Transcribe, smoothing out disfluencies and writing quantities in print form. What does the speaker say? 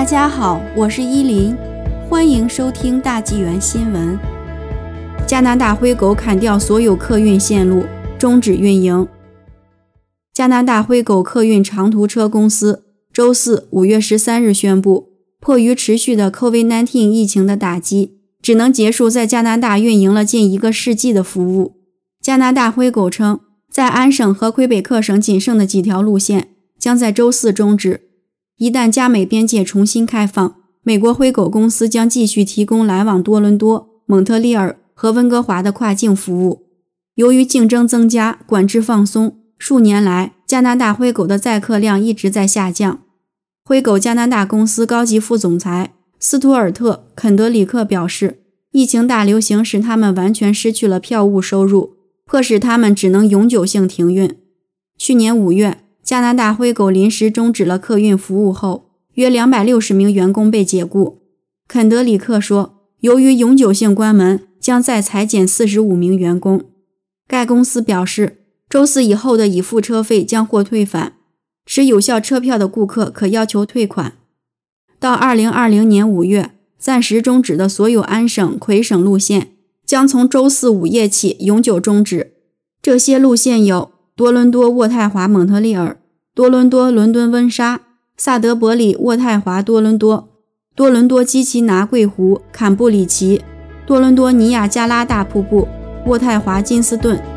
大家好，我是依林，欢迎收听大纪元新闻。加拿大灰狗砍掉所有客运线路，终止运营。加拿大灰狗客运长途车公司周四5月13日宣布，迫于持续的 COVID-19 疫情的打击，只能结束在加拿大运营了近1个世纪的服务。加拿大灰狗称，在安省和魁北克省仅剩的几条路线将在周四终止。一旦加美边界重新开放，美国灰狗公司将继续提供来往多伦多、蒙特利尔和温哥华的跨境服务。由于竞争增加，管制放松，数年来加拿大灰狗的载客量一直在下降。灰狗加拿大公司高级副总裁斯图尔特·肯德里克表示，疫情大流行使他们完全失去了票务收入，迫使他们只能永久性停运。去年5月，加拿大灰狗临时终止了客运服务后，约260名员工被解雇。肯德里克说，由于永久性关门，将再裁减45名员工。该公司表示，周四以后的已付车费将获退返，持有效车票的顾客可要求退款。到2020年5月，暂时终止的所有安省、魁省路线将从周四午夜起永久终止。这些路线有多伦多渥太华蒙特利尔、多伦多伦敦温莎、萨德伯里渥太华多伦多、多伦多基奇拿贵湖坎布里奇、多伦多尼亚加拉大瀑布、渥太华金斯顿、